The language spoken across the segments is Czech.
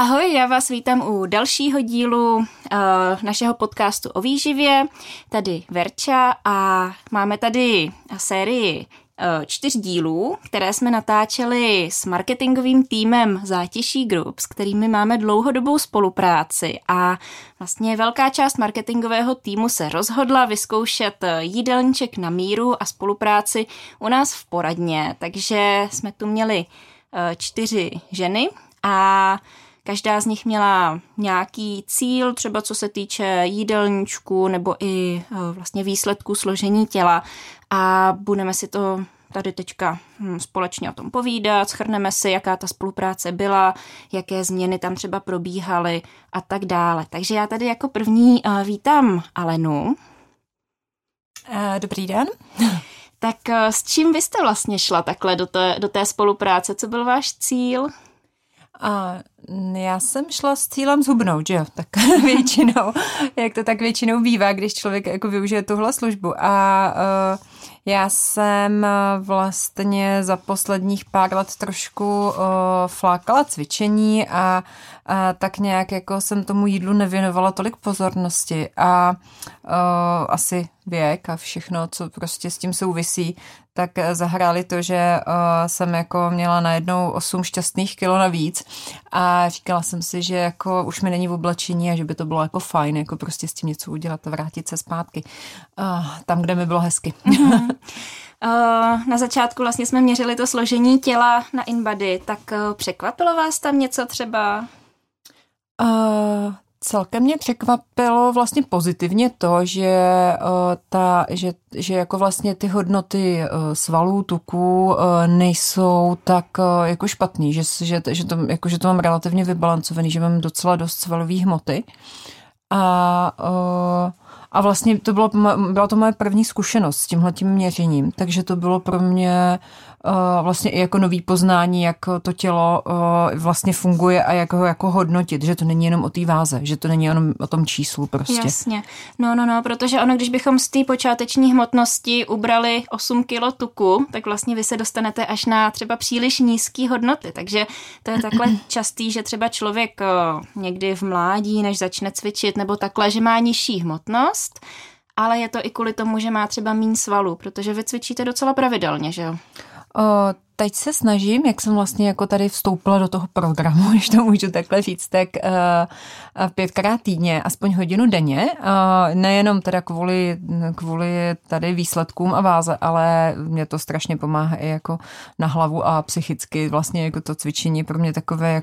Ahoj, já vás vítám u dalšího dílu našeho podcastu o výživě. Tady Verča a máme tady sérii 4 dílů, které jsme natáčeli s marketingovým týmem Zátiší Group, s kterými máme dlouhodobou spolupráci a vlastně velká část marketingového týmu se rozhodla vyzkoušet jídelníček na míru a spolupráci u nás v poradně, takže jsme tu měli 4 ženy a každá z nich měla nějaký cíl, třeba co se týče jídelníčku nebo i vlastně výsledků složení těla a budeme si to tady teďka společně o tom povídat, shrneme si, jaká ta spolupráce byla, jaké změny tam třeba probíhaly a tak dále. Takže já tady jako první vítám Alenu. Dobrý den. Tak s čím vy jste vlastně šla takhle do té spolupráce? Co byl váš cíl? Já jsem šla s cílem zhubnout, že jo, tak většinou, jak to tak většinou bývá, když člověk jako využije tuhle službu a já jsem vlastně za posledních pár let trošku flákala cvičení a tak nějak jako jsem tomu jídlu nevěnovala tolik pozornosti a asi věk a všechno, co prostě s tím souvisí, tak zahráli to, že jsem jako měla najednou 8 šťastných kilo navíc a říkala jsem si, že jako už mi není v oblečení a že by to bylo jako fajn, jako prostě s tím něco udělat a vrátit se zpátky tam, kde mi bylo hezky. Mm-hmm. Na začátku vlastně jsme měřili to složení těla na InBody, tak překvapilo vás tam něco třeba? Celkem mě překvapilo vlastně pozitivně to, že jako vlastně ty hodnoty svalů, tuků nejsou tak jako špatný, že to mám relativně vybalancovaný, že mám docela dost svalové hmoty. A vlastně byla to moje první zkušenost s tímhletím měřením, takže to bylo pro mě vlastně i jako nový poznání, jak to tělo vlastně funguje a jak ho jako hodnotit, že to není jenom o té váze, že to není jenom o tom číslu prostě. Jasně. No, protože ono, když bychom z té počáteční hmotnosti ubrali 8 kilo tuku, tak vlastně vy se dostanete až na třeba příliš nízké hodnoty, takže to je takhle častý, že třeba člověk někdy v mládí, než začne cvičit nebo takhle, že má nižší hmotnost, ale je to i kvůli tomu, že má třeba míň svalů, protože vy cvičíte docela pravidelně, že jo? Teď se snažím, jak jsem vlastně jako tady vstoupila do toho programu, když to můžu takhle říct, tak 5krát týdně, aspoň hodinu denně, nejenom teda kvůli tady výsledkům a váze, ale mě to strašně pomáhá i jako na hlavu a psychicky vlastně jako to cvičení pro mě takové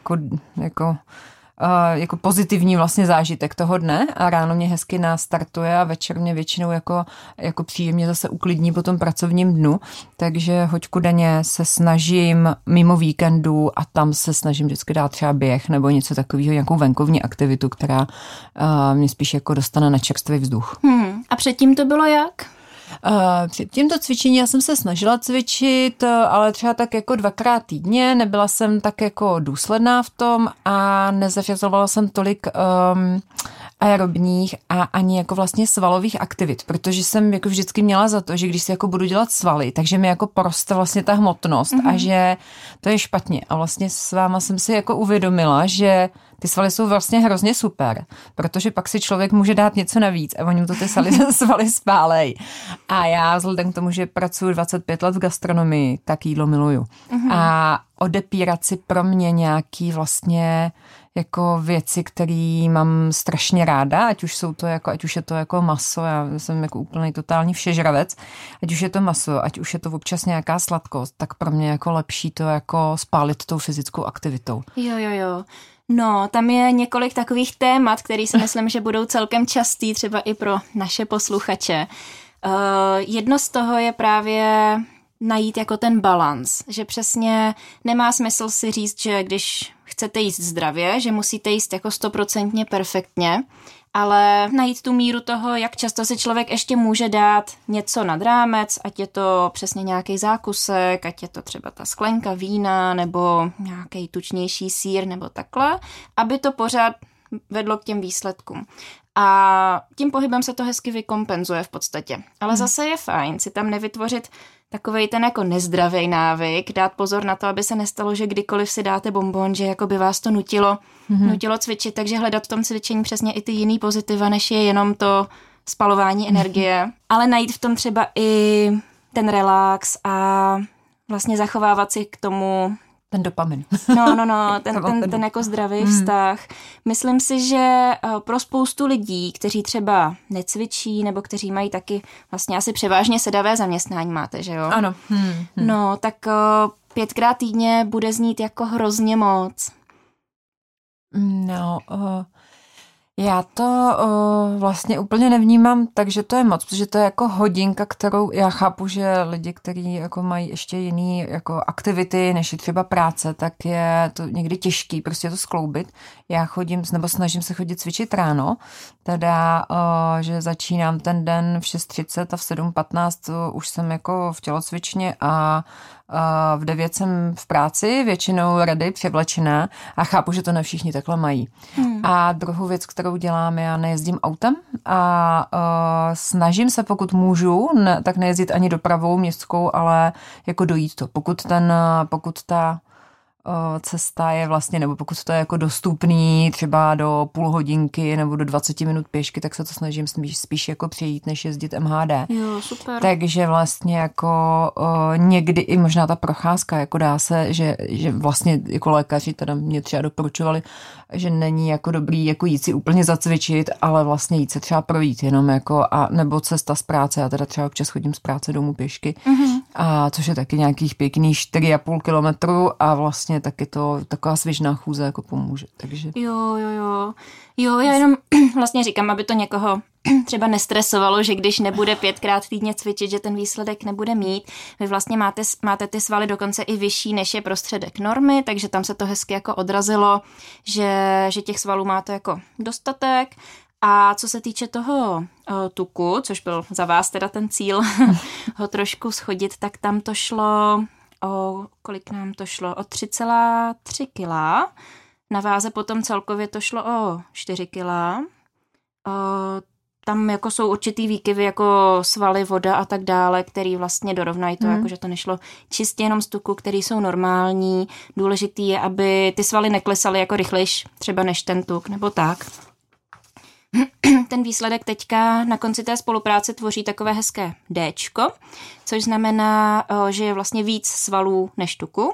jako pozitivní vlastně zážitek toho dne a ráno mě hezky nastartuje a večer mě většinou jako příjemně zase uklidní po tom pracovním dnu, takže hoďku denně se snažím mimo víkendů a tam se snažím vždycky dát třeba běh nebo něco takového, nějakou venkovní aktivitu, která mě spíš jako dostane na čerstvý vzduch. A předtím to bylo jak? Před tímto cvičení já jsem se snažila cvičit, ale třeba tak jako 2krát týdně, nebyla jsem tak jako důsledná v tom a nezařazovala jsem tolik aerobních a ani jako vlastně svalových aktivit, protože jsem jako vždycky měla za to, že když si jako budu dělat svaly, takže mi jako poroste vlastně ta hmotnost a že to je špatně. A vlastně s váma jsem si jako uvědomila, že ty svaly jsou vlastně hrozně super, protože pak si člověk může dát něco navíc a oni mu to ty svaly spálej. A já vzhledem k tomu, že pracuji 25 let v gastronomii, tak jídlo miluju. A odepírat si pro mě nějaký vlastně jako věci, které mám strašně ráda, ať už je to jako maso, já jsem jako úplný totální všežravec, ať už je to maso, ať už je to občas nějaká sladkost, tak pro mě jako lepší to jako spálit tou fyzickou aktivitou. Jo. No, tam je několik takových témat, které si myslím, že budou celkem častý třeba i pro naše posluchače. Jedno z toho je právě najít jako ten balans, že přesně nemá smysl si říct, že když chcete jíst zdravě, že musíte jíst jako 100% perfektně, ale najít tu míru toho, jak často si člověk ještě může dát něco nad rámec, ať je to přesně nějaký zákusek, ať je to třeba ta sklenka vína nebo nějaký tučnější sýr nebo takhle, aby to pořád vedlo k těm výsledkům. A tím pohybem se to hezky vykompenzuje v podstatě. Ale zase je fajn si tam nevytvořit takovej ten jako nezdravý návyk, dát pozor na to, aby se nestalo, že kdykoliv si dáte bonbon, že jako by vás to nutilo cvičit, takže hledat v tom cvičení přesně i ty jiný pozitiva, než je jenom to spalování energie, ale najít v tom třeba i ten relax a vlastně zachovávat si k tomu ten dopamin. No, ten jako zdravý vztah. Myslím si, že pro spoustu lidí, kteří třeba necvičí, nebo kteří mají taky vlastně asi převážně sedavé zaměstnání máte, že jo? Ano. No, tak 5krát týdně bude znít jako hrozně moc. No, já to vlastně úplně nevnímám, takže to je moc, protože to je jako hodinka, kterou já chápu, že lidi, kteří jako mají ještě jiný jako aktivity, než je třeba práce, tak je to někdy těžký prostě to skloubit. Já chodím, nebo snažím se chodit cvičit ráno, teda, že začínám ten den v 6:30 a v 7:15 už jsem jako v tělocvičně a v 9 jsem v práci, většinou rady převlečená a chápu, že to ne všichni takhle mají. A druhou věc, kterou dělám, já nejezdím autem a snažím se, pokud můžu, tak nejezdit ani dopravou městskou, ale jako dojít to. Pokud ta cesta je vlastně, nebo pokud to je jako dostupný třeba do půl hodinky nebo do 20 minut pěšky, tak se to snažím spíš jako přejít, než jezdit MHD. Jo, super. Takže vlastně jako někdy i možná ta procházka, jako dá se, že vlastně jako lékaři teda mě třeba doporučovali, že není jako dobrý jako jít si úplně zacvičit, ale vlastně jít se třeba projít jenom jako nebo cesta z práce. Já teda třeba občas chodím z práce domů pěšky, a což je taky nějakých pěkných 4,5 kilometru a vlastně taky to taková svižná chůze jako pomůže. Takže... Jo, já jenom vlastně říkám, aby to někoho třeba nestresovalo, že když nebude 5krát týdně cvičit, že ten výsledek nebude mít. Vy vlastně máte ty svaly dokonce i vyšší, než je prostředek normy, takže tam se to hezky jako odrazilo, že těch svalů máte jako dostatek. A co se týče toho tuku, což byl za vás teda ten cíl ho trošku schodit, tak tam to šlo kolik nám to šlo? O 3,3 kila. Na váze potom celkově to šlo o 4 kila. Tam jako jsou určitý výkyvy jako svaly, voda a tak dále, který vlastně dorovnají to, jako že to nešlo čistě jenom z tuku, který jsou normální. Důležitý je, aby ty svaly neklesaly jako rychlejš třeba než ten tuk, nebo tak. Ten výsledek teďka na konci té spolupráce tvoří takové hezké Dčko, což znamená, že je vlastně víc svalů než tuku.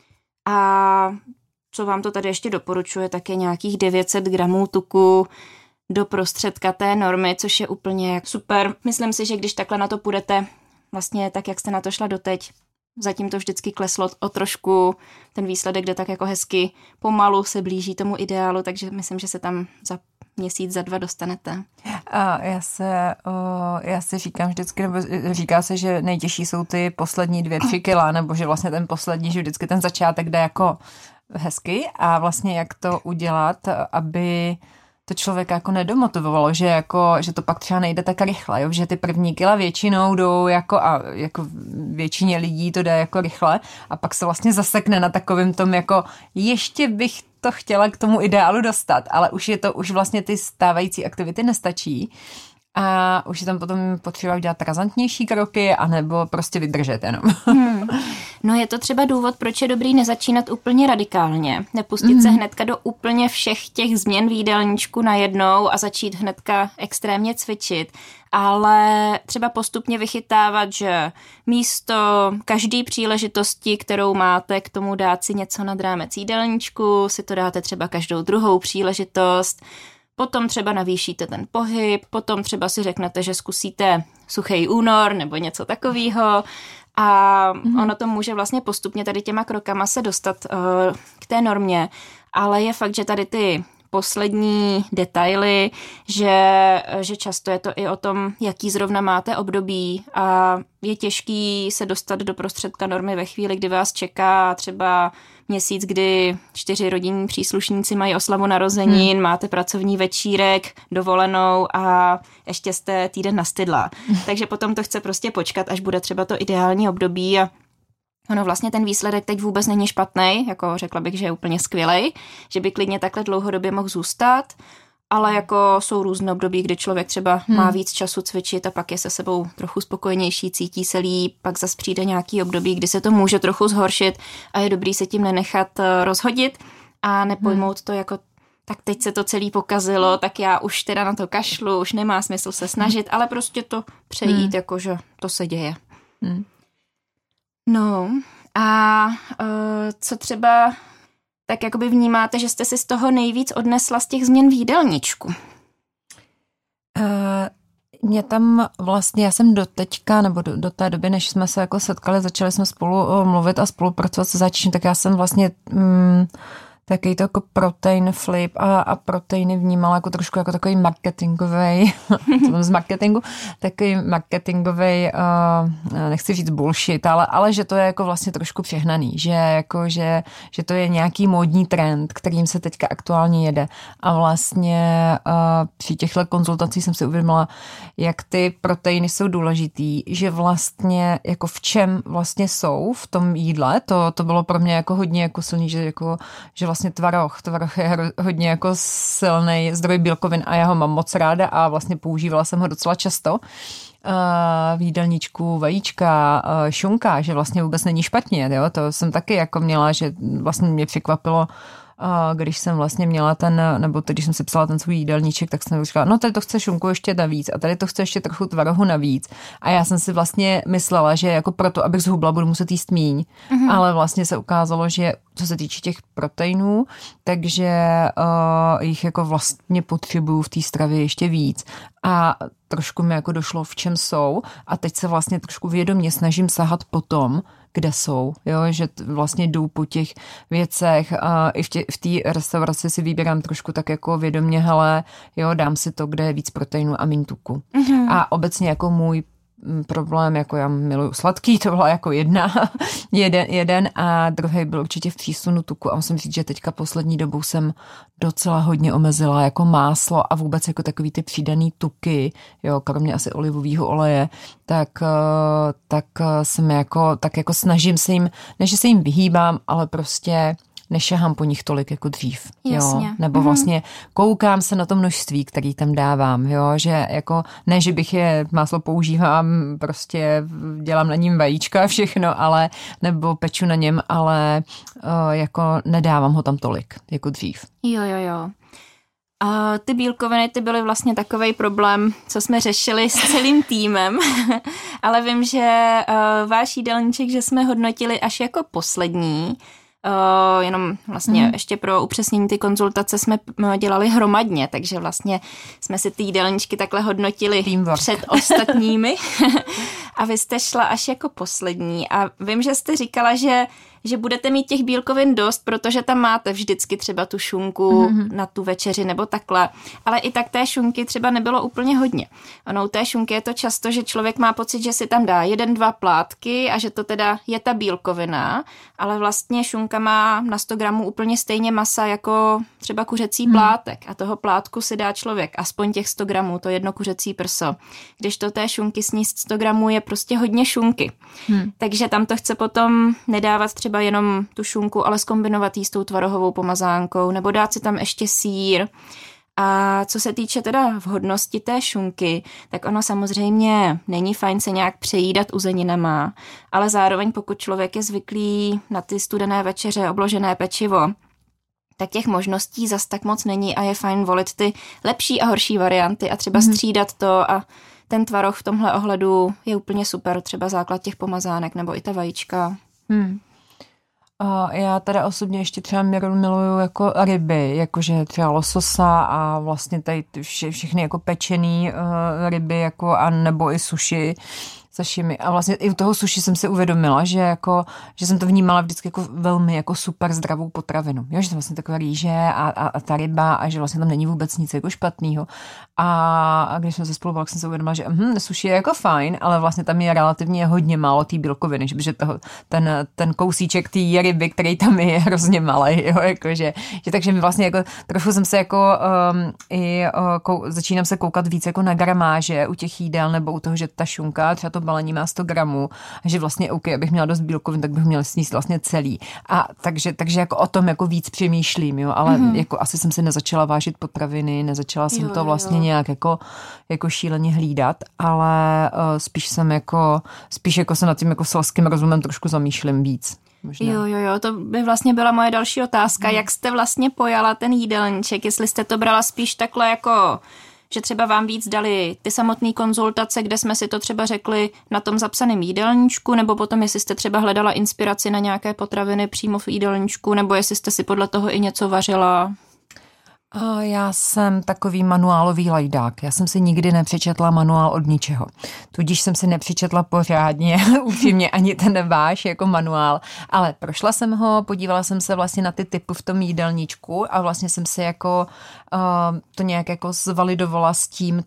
A co vám to tady ještě doporučuje, tak je nějakých 900 gramů tuku do prostředka té normy, což je úplně super. Myslím si, že když takhle na to půjdete, vlastně tak, jak jste na to šla doteď, zatím to vždycky kleslo o trošku, ten výsledek jde tak jako hezky pomalu, se blíží tomu ideálu, takže myslím, že se tam za měsíc, za 2 dostanete. A já si říkám vždycky, nebo říká se, že nejtěžší jsou ty poslední 2-3 kila, nebo že vlastně ten poslední, že vždycky ten začátek jde jako hezky a vlastně jak to udělat, aby to člověka jako nedomotivovalo, že to pak třeba nejde tak rychle, jo? Že ty první kila většinou jdou jako většině lidí to jde jako rychle a pak se vlastně zasekne na takovém tom jako ještě bych to chtěla k tomu ideálu dostat, ale už vlastně ty stávající aktivity nestačí a už je tam potom potřeba udělat razantnější kroky anebo prostě vydržet jenom. No je to třeba důvod, proč je dobrý nezačínat úplně radikálně, nepustit se hnedka do úplně všech těch změn v jídelníčku najednou a začít hnedka extrémně cvičit, ale třeba postupně vychytávat, že místo každý příležitosti, kterou máte k tomu dát si něco nad rámec jídelníčku, si to dáte třeba každou druhou příležitost. Potom třeba navýšíte ten pohyb, potom třeba si řeknete, že zkusíte suchý únor nebo něco takového a ono to může vlastně postupně tady těma krokama se dostat k té normě, ale je fakt, že tady ty poslední detaily, že často je to i o tom, jaký zrovna máte období a je těžký se dostat do prostředka normy ve chvíli, kdy vás čeká třeba měsíc, kdy 4 rodinní příslušníci mají oslavu narozenin, máte pracovní večírek, dovolenou a ještě jste týden nastydlá. Takže potom to chce prostě počkat, až bude třeba to ideální období a ono vlastně ten výsledek teď vůbec není špatný, jako řekla bych, že je úplně skvělej, že by klidně takhle dlouhodobě mohl zůstat ale jako jsou různé období, kdy člověk třeba má víc času cvičit a pak je se sebou trochu spokojenější, cítí se líp, pak zase přijde nějaký období, kdy se to může trochu zhoršit a je dobrý se tím nenechat rozhodit a nepojmout to jako tak teď se to celý pokazilo, tak já už teda na to kašlu, už nemá smysl se snažit, ale prostě to přejít, jakože to se děje. No a co třeba tak jakoby vnímáte, že jste si z toho nejvíc odnesla z těch změn v jídelníčku? Mě tam vlastně, já jsem do teďka, nebo do té doby, než jsme se jako setkali, začali jsme spolu mluvit a spolupracovat se začím, tak já jsem vlastně takový to jako protein flip a proteiny vnímala jako trošku jako takový marketingový, z marketingu, takový marketingový, nechci říct bullshit, ale že to je jako vlastně trošku přehnaný, že to je nějaký módní trend, kterým se teďka aktuálně jede a vlastně při těchto konzultacích jsem si uvědomila, jak ty proteiny jsou důležitý, že vlastně jako v čem vlastně jsou v tom jídle, to bylo pro mě jako hodně jako silný, že vlastně tvaroh je hodně jako silný zdroj bílkovin a já ho mám moc ráda a vlastně používala jsem ho docela často v jídelníčku, vajíčka, šunka, že vlastně vůbec není špatně, jo? To jsem taky jako měla, že vlastně mě překvapilo, když jsem vlastně měla když jsem si psala ten svůj jídelníček, tak jsem říkala, no tady to chce šunku ještě navíc a tady to chce ještě trochu tvarohu navíc. A já jsem si vlastně myslela, že jako proto, abych zhubla, budu muset jíst míň. Ale vlastně se ukázalo, že co se týče těch proteinů, takže jich jako vlastně potřebuju v té stravě ještě víc. A trošku mi jako došlo, v čem jsou a teď se vlastně trošku vědomě snažím sahat po tom, kde jsou, jo, že vlastně jdu po těch věcech a i v té restauraci si vybírám trošku tak jako vědomě, hele, jo, dám si to, kde je víc proteinů a míň tuku. A obecně jako můj problém, jako já miluju sladký, to byla jako jeden a druhý byl určitě v přísunu tuku a musím říct, že teďka poslední dobou jsem docela hodně omezila jako máslo a vůbec jako takový ty přidaný tuky, jo, kromě asi olivového oleje, tak jsem jako, tak jako snažím se jim, ne, že se jim vyhýbám, ale prostě nešahám po nich tolik jako dřív. Jasně. Jo? Nebo vlastně koukám se na to množství, který tam dávám, jo? Že jako, ne, že bych máslo používám, prostě dělám na ním vajíčka a všechno, ale, nebo peču na něm, ale jako nedávám ho tam tolik, jako dřív. Jo. A ty bílkoviny, ty byly vlastně takovej problém, co jsme řešili s celým týmem, ale vím, že váš jídelníček, že jsme hodnotili až jako poslední, jenom vlastně ještě pro upřesnění ty konzultace jsme dělali hromadně, takže vlastně jsme si ty jídelníčky takhle hodnotili před ostatními a vy jste šla až jako poslední a vím, že jste říkala, že budete mít těch bílkovin dost, protože tam máte vždycky třeba tu šunku na tu večeři nebo takhle, ale i tak té šunky třeba nebylo úplně hodně. Ono u té šunky je to často, že člověk má pocit, že si tam dá 1-2 plátky a že to teda je ta bílkovina, ale vlastně šunka má na 100 gramů úplně stejně masa jako třeba kuřecí plátek a toho plátku si dá člověk aspoň těch 100 gramů, to jedno kuřecí prso. Když to té šunky sníst 100 gramů je prostě hodně šunky. Takže tam to chce potom nedávat třeba jenom tu šunku, ale zkombinovat jí s tou tvarohovou pomazánkou nebo dát si tam ještě sýr. A co se týče teda vhodnosti té šunky, tak ono samozřejmě není fajn se nějak přejídat uzeninama, ale zároveň pokud člověk je zvyklý na ty studené večeře, obložené pečivo, tak těch možností zas tak moc není a je fajn volit ty lepší a horší varianty a třeba střídat to a ten tvaroh v tomhle ohledu je úplně super, třeba základ těch pomazánek nebo i ta vajíčka. Já teda osobně ještě třeba miluju jako ryby, jakože třeba lososa a vlastně tady všechny jako pečený ryby jako a nebo i sushi, sashimi. A vlastně i u toho sushi jsem si uvědomila, že jsem to vnímala vždycky jako velmi jako super zdravou potravinu. Jo, že to vlastně takové rýže a ta ryba a že vlastně tam není vůbec nic jako špatného. A když jsme se spolu bavili, jsem si uvědomila, že sushi je jako fajn, ale vlastně tam je relativně hodně málo té bílkoviny, že ten kousíček té ryby, který tam je hrozně malý, jo, jakože, že takže mi vlastně jako trochu jsem se jako začínám se koukat víc jako na gramáže u těch jídel nebo u toho, že ta šunka, třeba to balení má 100 gramů a že vlastně OK, abych měla dost bílkovin, tak bych měla sníst vlastně celý. A takže jako o tom jako víc přemýšlím, jo, ale jako asi jsem si nezačala vážit potraviny, nezačala jsem to vlastně nějak jako šíleně hlídat, ale spíš jako se nad tím jako selským rozumem trošku zamýšlím víc. Možná. Jo, to by vlastně byla moje další otázka. Jak jste vlastně pojala ten jídelníček? Jestli jste to brala spíš takhle jako, že třeba vám víc dali ty samotné konzultace, kde jsme si to třeba řekli na tom zapsaném jídelníčku, nebo potom jestli jste třeba hledala inspiraci na nějaké potraviny přímo v jídelníčku, nebo jestli jste si podle toho i něco vařila? Já jsem takový manuálový lajdák. Já jsem si nikdy nepřečetla manuál od ničeho. Tudíž jsem si nepřečetla pořádně, upřímně ani ten váš jako manuál, ale prošla jsem ho, podívala jsem se vlastně na ty typy v tom jídelníčku a vlastně jsem si jako to nějak jako zvalidovala s tím,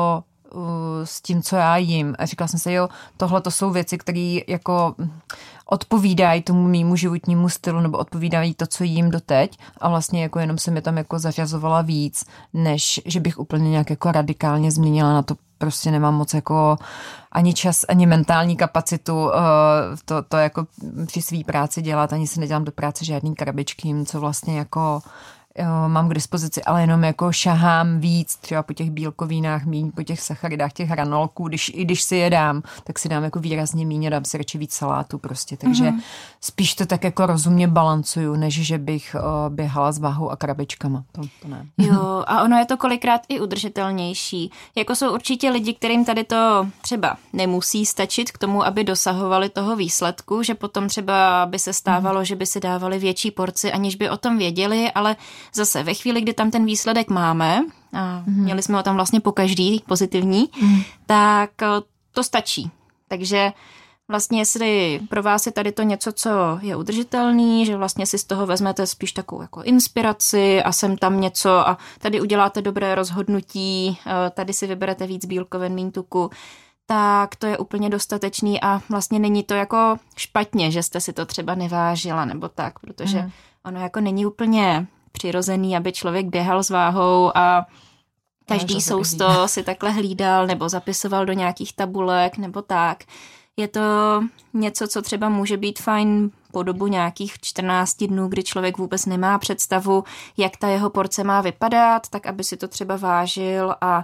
co já jim. A říkala jsem si, tohle to jsou věci, které jako odpovídají tomu mému životnímu stylu nebo odpovídají to, co jím doteď a vlastně jako jenom jsem je tam jako zařazovala víc, než že bych úplně nějak jako radikálně změnila. Na to prostě nemám moc jako ani čas, ani mentální kapacitu to jako při svý práci dělat, ani si nedělám do práce žádný krabičky, co vlastně jako mám k dispozici, ale jenom jako šahám víc, třeba po těch bílkovinách míň, po těch sacharidách, těch hranolků, když si je dám, tak si dám jako výrazně míň a dám si radši víc salátu prostě, takže spíš to tak jako rozumně balancuju, než že bych běhala s váhou a krabičkama, to ne. Jo, a ono je to kolikrát i udržitelnější. Jako jsou určitě lidi, kterým tady to třeba nemusí stačit k tomu, aby dosahovali toho výsledku, že potom třeba by se stávalo, že by si dávali větší porci, aniž by o tom věděli, ale zase ve chvíli, kdy tam ten výsledek máme, a měli jsme ho tam vlastně po každý pozitivní, tak to stačí. Takže vlastně jestli pro vás je tady to něco, co je udržitelný, že vlastně si z toho vezmete spíš takovou jako inspiraci a sem tam něco a tady uděláte dobré rozhodnutí, tady si vyberete víc bílkovin, míň tuku, tak to je úplně dostatečný a vlastně není to jako špatně, že jste si to třeba nevážila nebo tak, protože ono jako není úplně přirozený, aby člověk běhal s váhou a každý sousto si takhle hlídal nebo zapisoval do nějakých tabulek nebo tak. Je to něco, co třeba může být fajn po dobu nějakých 14 dnů, kdy člověk vůbec nemá představu, jak ta jeho porce má vypadat, tak aby si to třeba vážil a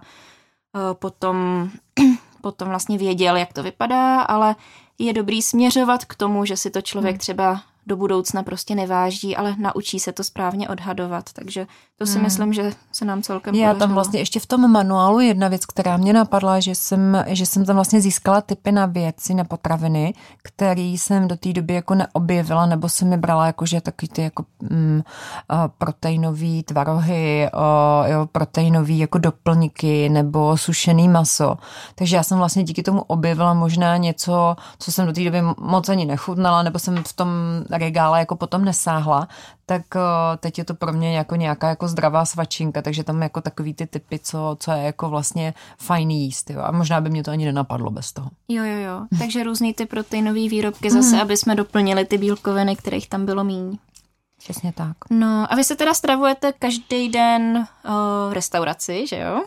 potom vlastně věděl, jak to vypadá, ale je dobrý směřovat k tomu, že si to člověk třeba do budoucna prostě neváží, ale naučí se to správně odhadovat. Takže to si myslím, že se nám celkem podařilo. Já tam vlastně ještě v tom manuálu jedna věc, která mě napadla, že jsem tam vlastně získala tipy na věci, na potraviny, které jsem do té doby jako neobjevila, nebo jsem mi brala jakože takový ty jako proteinový tvarohy, proteinový jako doplňky nebo sušený maso. Takže já jsem vlastně díky tomu objevila možná něco, co jsem do té doby moc ani nechutnala, nebo jsem v tom regále jako potom nesáhla, tak teď je to pro mě jako nějaká jako zdravá svačinka, takže tam jako takový ty typy, co je jako vlastně fajný jíst, jo. A možná by mě to ani nenapadlo bez toho. Jo. Takže různý ty proteinové výrobky zase, aby jsme doplnili ty bílkoviny, kterých tam bylo míň. Přesně tak. No a vy se teda stravujete každý den v restauraci, že jo?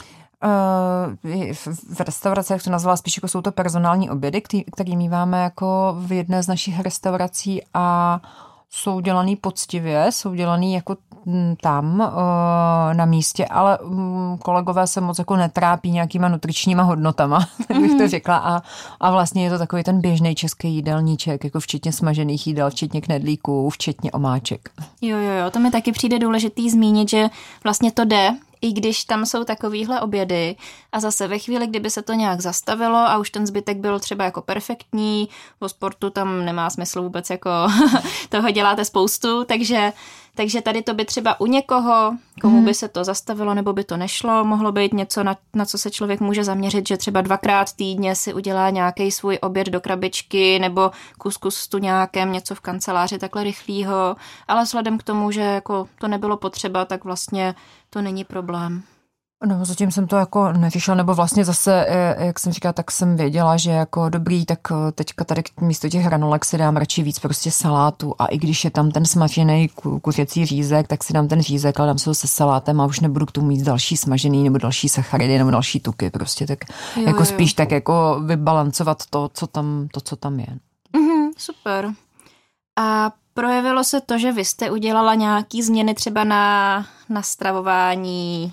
V restauraci, jak to nazvala, spíš jako jsou to personální obědy, který míváme jako v jedné z našich restaurací a jsou dělaný poctivě, jsou dělaný jako tam na místě, ale kolegové se moc jako netrápí nějakýma nutričníma hodnotama, tak bych to řekla a vlastně je to takový ten běžný český jídelníček, jako včetně smažených jídel, včetně knedlíků, včetně omáček. Jo, to mi taky přijde důležitý zmínit, že vlastně to jde, i když tam jsou takovýhle obědy a zase ve chvíli, kdyby se to nějak zastavilo a už ten zbytek byl třeba jako perfektní, o sportu tam nemá smysl vůbec jako toho děláte spoustu, takže tady to by třeba u někoho, komu by se to zastavilo nebo by to nešlo, mohlo být něco, na co se člověk může zaměřit, že třeba 2krát týdně si udělá nějaký svůj oběd do krabičky nebo kuskus s tuňákem, něco v kanceláři takhle rychlýho, ale vzhledem k tomu, že jako to nebylo potřeba, tak vlastně to není problém. No, zatím jsem to jako neřešila, nebo vlastně zase, jak jsem říkala, tak jsem věděla, že jako dobrý, tak teďka tady místo těch hranolek si dám radši víc prostě salátu a i když je tam ten smažený kuřecí řízek, tak si dám ten řízek a dám se ho se salátem a už nebudu k tomu mít další smažený nebo další sacharidy nebo další tuky prostě, tak jako spíš tak jako vybalancovat to, co tam je. Super. A projevilo se to, že vy jste udělala nějaký změny třeba na stravování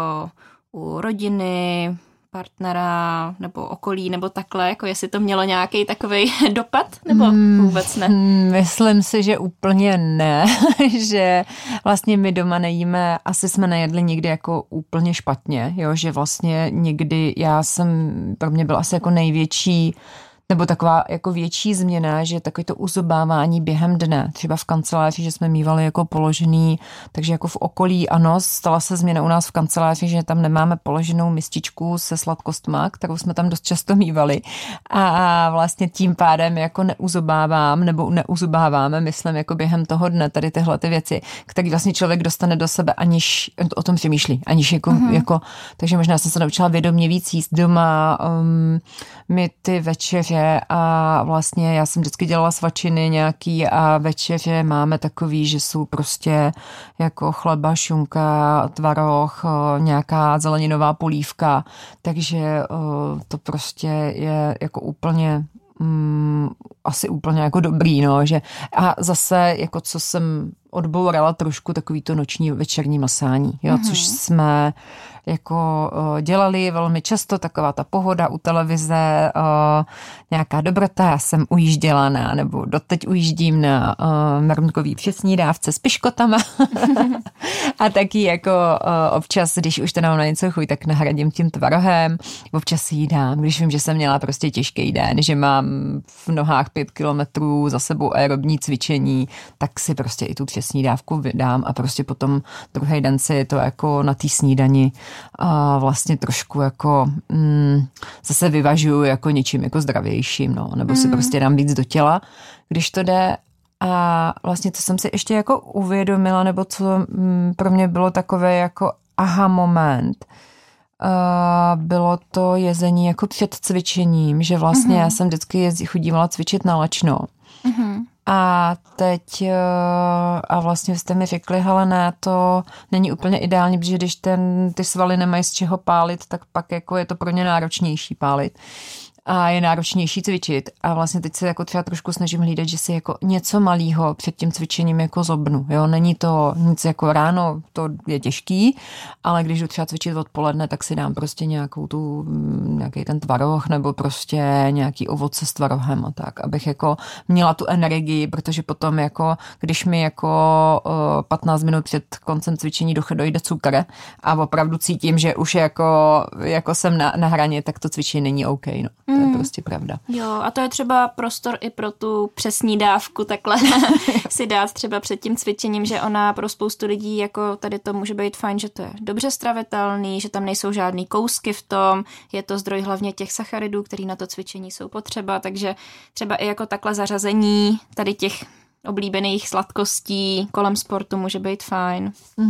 u rodiny, partnera nebo okolí nebo takhle, jako jestli to mělo nějaký takovej dopad nebo vůbec ne? Myslím si, že úplně ne, že vlastně my doma nejíme, asi jsme nejedli nikdy jako úplně špatně, jo, že vlastně nikdy pro mě byl asi jako největší nebo taková jako větší změna, že takový to uzobávání během dne, třeba v kanceláři, že jsme mívali jako položený, takže jako v okolí, ano, stala se změna u nás v kanceláři, že tam nemáme položenou mističku se sladkostma, kterou jsme tam dost často mívali a vlastně tím pádem jako neuzobávám nebo neuzobáváme, myslím, jako během toho dne tady tyhle ty věci, které vlastně člověk dostane do sebe, aniž o tom přemýšlí, aniž jako takže možná jsem se naučila vědomě víc jíst doma, my ty večeře a vlastně já jsem vždycky dělala svačiny nějaký a večeře máme takový, že jsou prostě jako chleba, šunka, tvaroh, nějaká zeleninová polívka, takže to prostě je jako úplně asi úplně jako dobrý, no, že a zase jako co jsem odbourala trošku takový to noční večerní masání, jo, což jsme jako dělali velmi často, taková ta pohoda u televize, nějaká dobrota, já jsem ujížděla nebo doteď ujíždím na marunkový přesní dávce s piškotama a taky jako občas, když už to mám na něco chuť, tak nahradím tím tvarohem, občas si jí dám, když vím, že jsem měla prostě těžký den, že mám v nohách 5 kilometrů za sebou aerobní cvičení, tak si prostě i tu přesní dávku vydám a prostě potom druhý den si to jako na té snídani a vlastně trošku jako zase vyvažuju jako něčím jako zdravějším, no, nebo si prostě dám víc do těla, když to jde. A vlastně to jsem si ještě jako uvědomila, nebo co pro mě bylo takové jako aha moment, bylo to jezení jako před cvičením, že vlastně já jsem vždycky chodívala cvičit na lačno. A teď a vlastně jste mi řekli, hele ne, to není úplně ideální, protože když ty svaly nemají z čeho pálit, tak pak jako je to pro ně náročnější pálit. A je náročnější cvičit a vlastně teď se jako třeba trošku snažím hlídat, že si jako něco malýho před tím cvičením jako zobnu, jo, není to nic jako ráno, to je těžký, ale když jdu třeba cvičit odpoledne, tak si dám prostě nějaký ten tvaroh nebo prostě nějaký ovoce s tvarohem a tak, abych jako měla tu energii, protože potom jako, když mi jako 15 minut před koncem cvičení dojde cukr a opravdu cítím, že už jako jsem na hraně, tak to cvičení není OK, no. To je prostě pravda. Jo, a to je třeba prostor i pro tu přesní dávku takhle si dát třeba před tím cvičením, že ona pro spoustu lidí jako tady to může být fajn, že to je dobře stravitelný, že tam nejsou žádný kousky v tom, je to zdroj hlavně těch sacharidů, který na to cvičení jsou potřeba, takže třeba i jako takhle zařazení tady těch oblíbených sladkostí kolem sportu může být fajn.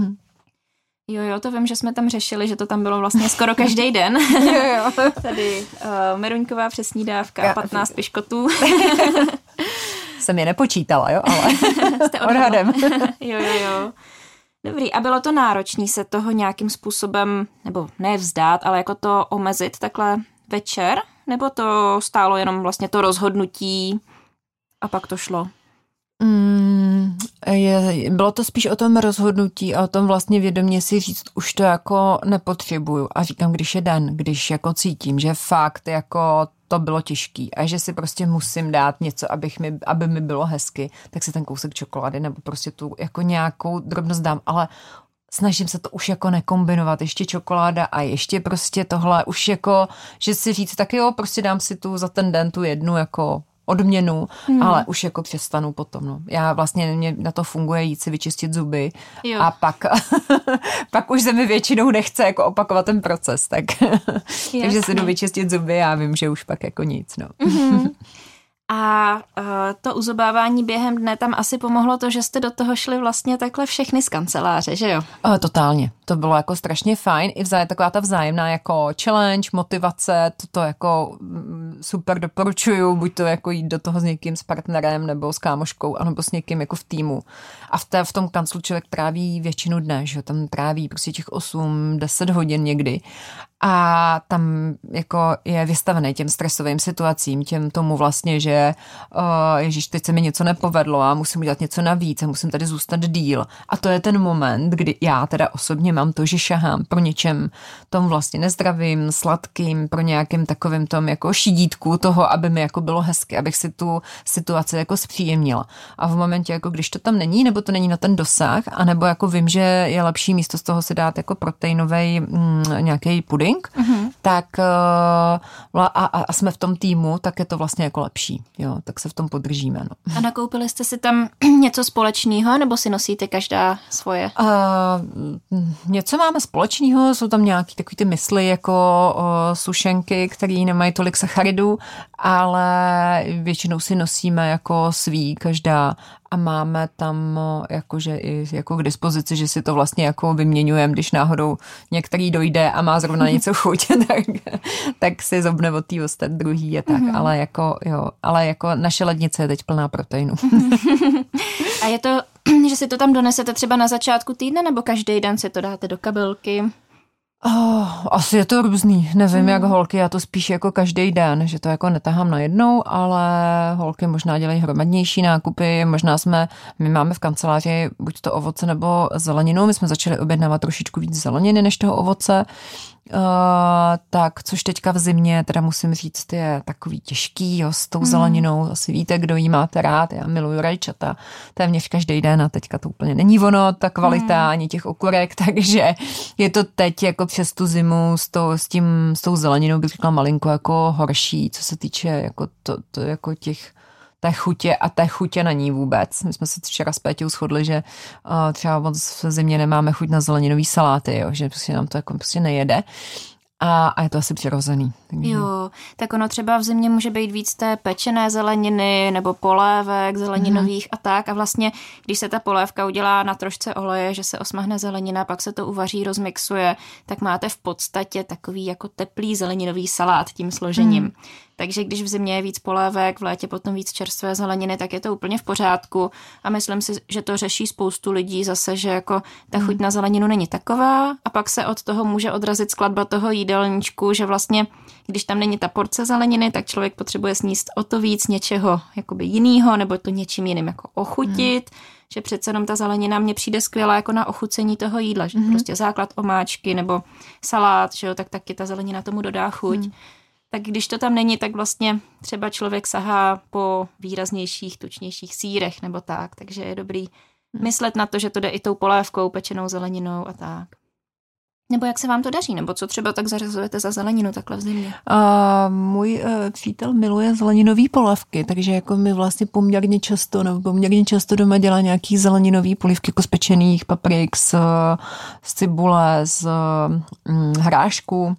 Jo, to vím, že jsme tam řešili, že to tam bylo vlastně skoro každý den. Jo. Tady meruňková přesní dávka, 15 piškotů. Jsem je nepočítala, jo, ale jste odhadem. Jo. Dobrý, a bylo to náročný se toho nějakým způsobem, nebo ne vzdát, ale jako to omezit takhle večer? Nebo to stálo jenom vlastně to rozhodnutí a pak to šlo? Bylo to spíš o tom rozhodnutí a o tom vlastně vědomě si říct, už to jako nepotřebuju a říkám, když je den, když jako cítím, že fakt jako to bylo těžký a že si prostě musím dát něco, aby mi bylo hezky, tak si ten kousek čokolády nebo prostě tu jako nějakou drobnost dám, ale snažím se to už jako nekombinovat, ještě čokoláda a ještě prostě tohle, už jako, že si říct, tak jo, prostě dám si tu za ten den tu jednu jako odměnu, ale už jako přestanu potom. No. Já vlastně, mě na to funguje jít si vyčistit zuby a pak už se mi většinou nechce jako opakovat ten proces, takže si jdu vyčistit zuby a vím, že už pak jako nic. No. A to uzobávání během dne tam asi pomohlo to, že jste do toho šli vlastně takhle všechny z kanceláře, že jo? to bylo jako strašně fajn. I taková ta vzájemná jako challenge, motivace, to jako super doporučuju, buď to jako jít do toho s někým, s partnerem, nebo s kámoškou, anebo s někým jako v týmu. A v tom kanclu člověk tráví většinu dne, že tam tráví prostě těch 8-10 hodin někdy. A tam jako je vystavený těm stresovým situacím, tomu vlastně, že ježíš, teď se mi něco nepovedlo a musím udělat něco navíc a musím tady zůstat díl. A to je ten moment, kdy já teda osobně mám to, že šahám pro něčem tom vlastně nezdravým, sladkým, pro nějakým takovým tom jako šidítku toho, aby mi jako bylo hezky, abych si tu situaci jako zpříjemnila. A v momentě, jako když to tam není, nebo to není na ten dosah, anebo jako vím, že je lepší místo z toho si dát jako proteinový nějaký puding, tak a jsme v tom týmu, tak je to vlastně jako lepší. Jo, tak se v tom podržíme. No. A nakoupili jste si tam něco společného, nebo si nosíte každá svoje? Něco máme společného, jsou tam nějaký takový ty mysli jako sušenky, které nemají tolik sacharidů, ale většinou si nosíme jako svý každá a máme tam jakože i jako k dispozici, že si to vlastně jako vyměňujeme, když náhodou některý dojde a má zrovna něco chuť, tak si zobne od tý ostat druhý je tak, ale jako naše lednice je teď plná proteinu. A je to, že si to tam donesete třeba na začátku týdne, nebo každý den si to dáte do kabelky? Asi je to různý, nevím jak holky, já to spíš jako každý den, že to jako netahám najednou, ale holky možná dělají hromadnější nákupy, my máme v kanceláři buď to ovoce nebo zeleninu, my jsme začali objednávat trošičku víc zeleniny než toho ovoce, tak což teďka v zimě, teda musím říct, je takový těžký, jo, s tou zeleninou, asi víte, kdo jí máte rád, já miluju rajčata téměř každý den a teďka to úplně není ono, ta kvalita ani těch okurek, takže je to teď jako přes tu zimu s tou zeleninou bych řekla malinko jako horší, co se týče jako to jako té chutě na ní vůbec. My jsme se včera s Péťou shodli, že třeba moc v zimě nemáme chuť na zeleninový saláty, jo, že prostě nám to jako prostě nejede. A je to asi přirozený. Takže... Jo, tak ono třeba v zimě může být víc té pečené zeleniny nebo polévek zeleninových a tak. A vlastně, když se ta polévka udělá na trošce oleje, že se osmahne zelenina, pak se to uvaří, rozmixuje, tak máte v podstatě takový jako teplý zeleninový salát tím složením. Takže když v zimě je víc polévek, v létě potom víc čerstvé zeleniny, tak je to úplně v pořádku. A myslím si, že to řeší spoustu lidí zase, že jako ta chuť na zeleninu není taková a pak se od toho může odrazit skladba toho jídelníčku, že vlastně, když tam není ta porce zeleniny, tak člověk potřebuje sníst o to víc něčeho jakoby jinýho, nebo to něčím jiným jako ochutit, že přece jenom ta zelenina mně přijde skvělá jako na ochucení toho jídla, že prostě základ omáčky nebo salát, že jo, tak taky ta zelenina tomu dodá chuť. Tak když to tam není, tak vlastně třeba člověk sahá po výraznějších, tučnějších sýrech nebo tak, takže je dobrý myslet na to, že to jde i tou polévkou, pečenou zeleninou a tak. Nebo jak se vám to daří? Nebo co třeba tak zařazujete za zeleninu takhle v zimě? Můj přítel miluje zeleninový polévky, takže jako my vlastně poměrně často doma dělá nějaký zeleninový polívky jako z pečených paprik, z cibule, z hrášku.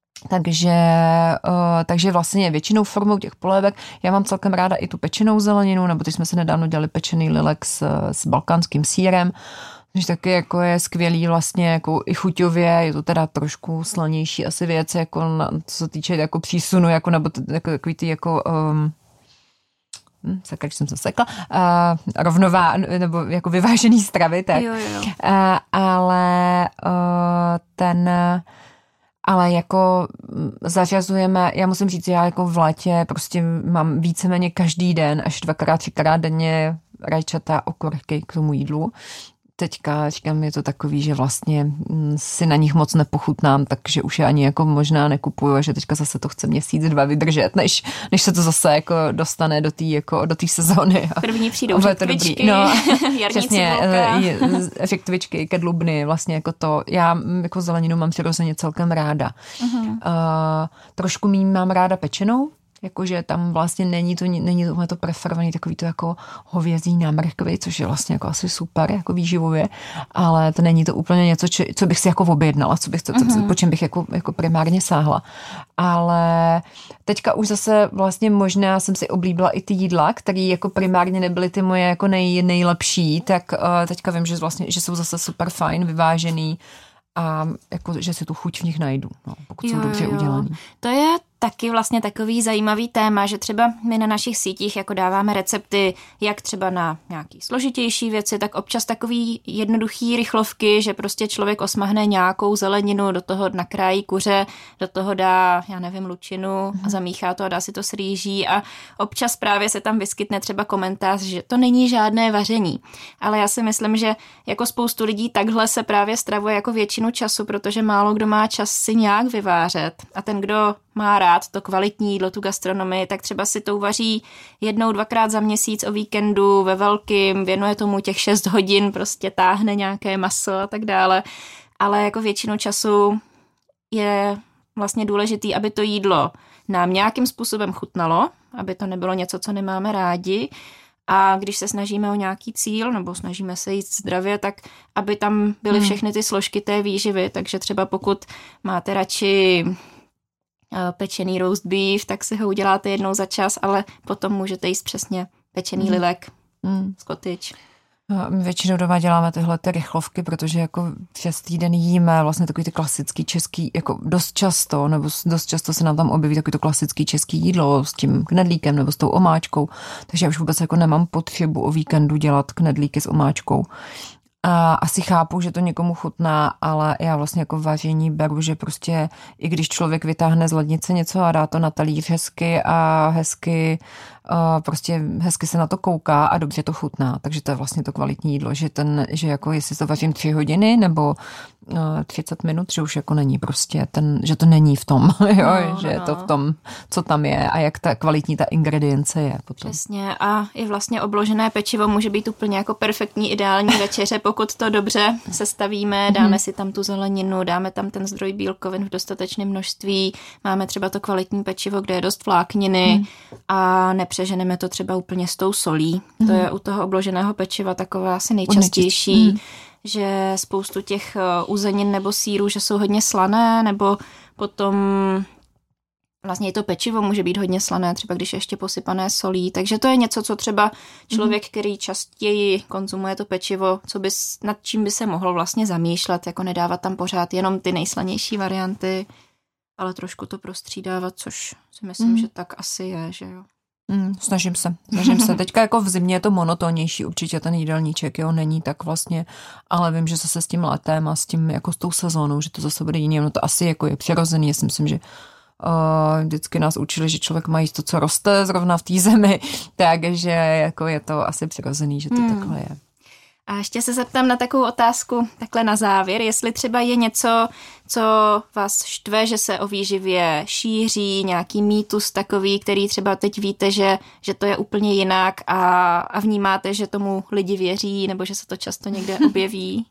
Takže vlastně většinou formou těch polévek. Já mám celkem ráda i tu pečenou zeleninu, nebo teď jsme se nedávno dělali pečený lilek s balkánským sýrem, takže taky jako je skvělý vlastně jako i chuťově, je to teda trošku slanější asi věc, jako co se týče jako přísunu, jako nebo takový ty jako když jsem se sekla, rovnová, nebo jako vyvážený stravy, tak. Jo. Ale jako zařazujeme, já musím říct, já jako v létě prostě mám víceméně každý den, až 2x, 3x denně rajčata, okurky k tomu jídlu. Teďka říkám, je to takový, že vlastně si na nich moc nepochutnám, takže už je ani jako možná nekupuju a že teďka zase to chce měsíc, 2 vydržet, než se to zase jako dostane do té sezóny. První přijdou řetkvičky, jarní cibulka. Řetkvičky, kedlubny, vlastně jako to. Já jako zeleninu mám přirozeně celkem ráda. Trošku míň mám ráda pečenou, jakože tam vlastně není to preferovaný takový to jako hovězí na mrkvi, což je vlastně jako asi super, jako výživově, ale to není to úplně něco, co bych si jako objednala, po čem bych jako primárně sáhla. Ale teďka už zase vlastně možná jsem si oblíbila i ty jídla, které jako primárně nebyly ty moje jako nejlepší, tak teďka vím, že vlastně, že jsou zase super fajn, vyvážený. a jako, že si tu chuť v nich najdu, no, pokud jsou dobře udělaný. To je taky vlastně takový zajímavý téma, že třeba my na našich sítích jako dáváme recepty, jak třeba na nějaký složitější věci, tak občas takový jednoduchý rychlovky, že prostě člověk osmahne nějakou zeleninu, do toho nakrájí kuře, do toho dá, já nevím, lučinu a zamíchá to a dá si to s rýží a občas právě se tam vyskytne třeba komentář, že to není žádné vaření. Ale já si myslím, že jako spoustu lidí takhle se právě stravuje jako většinu času, protože málo kdo má čas si nějak vyvářet a ten, kdo má rád to kvalitní jídlo, tu gastronomii, tak třeba si to uvaří 1-2krát za měsíc o víkendu ve velkým, věnuje tomu těch 6 hodin, prostě táhne nějaké maso a tak dále. Ale jako většinu času je vlastně důležitý, aby to jídlo nám nějakým způsobem chutnalo, aby to nebylo něco, co nemáme rádi. A když se snažíme o nějaký cíl, nebo snažíme se jíst zdravě, tak aby tam byly všechny ty složky té výživy. Takže třeba pokud máte radši pečený roast beef, tak si ho uděláte jednou za čas, ale potom můžete jíst přesně pečený lilek z cottage. My většinou doma děláme tyhle ty rychlovky, protože jako přes týden jíme vlastně takový ty klasický český, jako dost často se nám tam objeví takový to klasický český jídlo s tím knedlíkem nebo s tou omáčkou, takže já už vůbec jako nemám potřebu o víkendu dělat knedlíky s omáčkou. A asi chápu, že to někomu chutná, ale já vlastně jako vaření beru, že prostě i když člověk vytáhne z lednice něco a dá to na talíř hezky a hezky se na to kouká a dobře to chutná, takže to je vlastně to kvalitní jídlo, že jako jestli to vařím 3 hodiny nebo 30 minut, že už jako není prostě že to není v tom, že je to v tom, co tam je a jak ta kvalitní ta ingredience je potom. Přesně a i vlastně obložené pečivo může být úplně jako perfektní ideální večeře, pokud to dobře sestavíme, dáme si tam tu zeleninu, dáme tam ten zdroj bílkovin v dostatečném množství, máme třeba to kvalitní pečivo, kde je dost vlákniny a nepřeženeme to třeba úplně s tou solí. To je u toho obloženého pečiva taková asi nejčastější, že spoustu těch uzenin nebo sýrů, že jsou hodně slané, nebo potom vlastně i to pečivo může být hodně slané, třeba když je ještě posypané solí. Takže to je něco, co třeba člověk, který častěji konzumuje to pečivo, nad čím by se mohl vlastně zamýšlet, jako nedávat tam pořád jenom ty nejslanější varianty, ale trošku to prostřídávat, což si myslím, že tak asi je, že jo. Snažím se. Teďka jako v zimě je to monotónnější, určitě ten jídelníček, není tak vlastně, ale vím, že zase s tím letem a s tím jako s tou sezónou, že to zase bude jiný, no to asi jako je přirozený, já si myslím, že vždycky nás učili, že člověk má jíst to, co roste zrovna v té zemi, takže jako je to asi přirozený, že to takhle je. A ještě se zeptám na takovou otázku takhle na závěr, jestli třeba je něco, co vás štve, že se o výživě šíří, nějaký mýtus takový, který třeba teď víte, že to je úplně jinak a vnímáte, že tomu lidi věří, nebo že se to často někde objeví?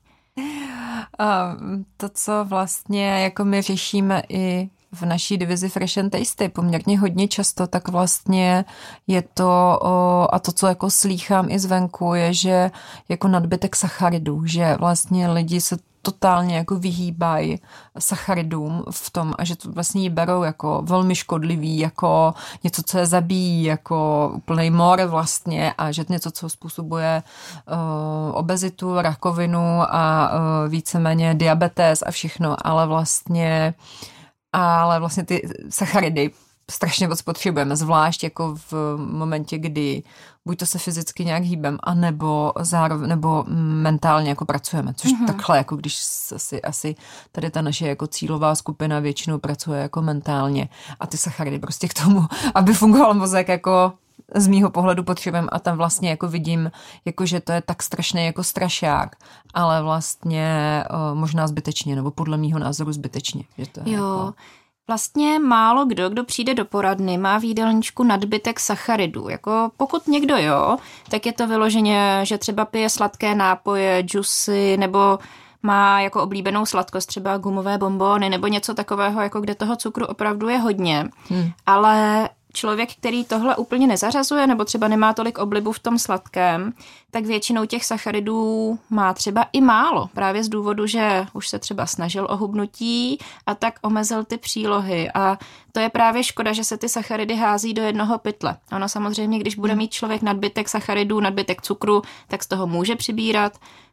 To, co vlastně jako my řešíme i v naší divizi Fresh and Tasty poměrně hodně často, tak vlastně je to, a to, co jako slýchám i zvenku, je, že jako nadbytek sacharidů, že vlastně lidi se totálně jako vyhýbají sacharidům v tom a že to vlastně ji berou jako velmi škodlivý, jako něco, co je zabíjí, jako úplnej mor vlastně a že něco, co způsobuje obezitu, rakovinu a víceméně diabetes a všechno, ale vlastně ty sacharidy strašně moc potřebujeme, zvlášť jako v momentě, kdy buď to se fyzicky nějak hýbem, nebo mentálně jako pracujeme, což takhle, jako když asi tady ta naše jako cílová skupina většinou pracuje jako mentálně a ty sacharidy prostě k tomu, aby fungoval mozek jako z mýho pohledu potřebujeme a tam vlastně jako vidím, jako že to je tak strašný jako strašák, ale vlastně možná zbytečně, nebo podle mýho názoru zbytečně. Že to je jako... Vlastně málo kdo přijde do poradny, má v jídelníčku nadbytek sacharidů. Jako pokud někdo tak je to vyloženě, že třeba pije sladké nápoje, džusy, nebo má jako oblíbenou sladkost, třeba gumové bonbony, nebo něco takového, jako kde toho cukru opravdu je hodně. Ale člověk, který tohle úplně nezařazuje, nebo třeba nemá tolik oblibu v tom sladkém, tak většinou těch sacharidů má třeba i málo. Právě z důvodu, že už se třeba snažil o hubnutí a tak omezil ty přílohy. A to je právě škoda, že se ty sacharidy hází do jednoho pytle. Ono samozřejmě, když bude mít člověk nadbytek sacharidů, nadbytek cukru, tak z toho může přibírat.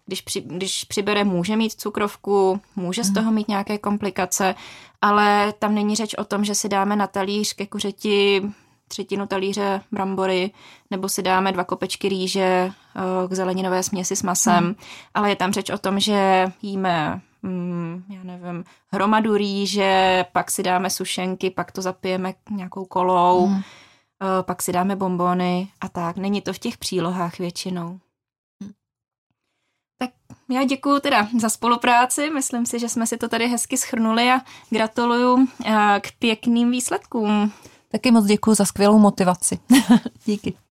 když přibere, může mít cukrovku, může z toho mít nějaké komplikace, ale tam není řeč o tom, že si dáme na talíř ke kuřeti 1/3 talíře brambory, nebo si dáme 2 kopečky rýže k zeleninové směsi s masem, ale je tam řeč o tom, že jíme já nevím, hromadu rýže, pak si dáme sušenky, pak to zapijeme nějakou kolou, pak si dáme bonbony a tak. Není to v těch přílohách většinou. Tak já děkuju teda za spolupráci, myslím si, že jsme si to tady hezky shrnuli a gratuluju k pěkným výsledkům. Taky moc děkuju za skvělou motivaci. Díky.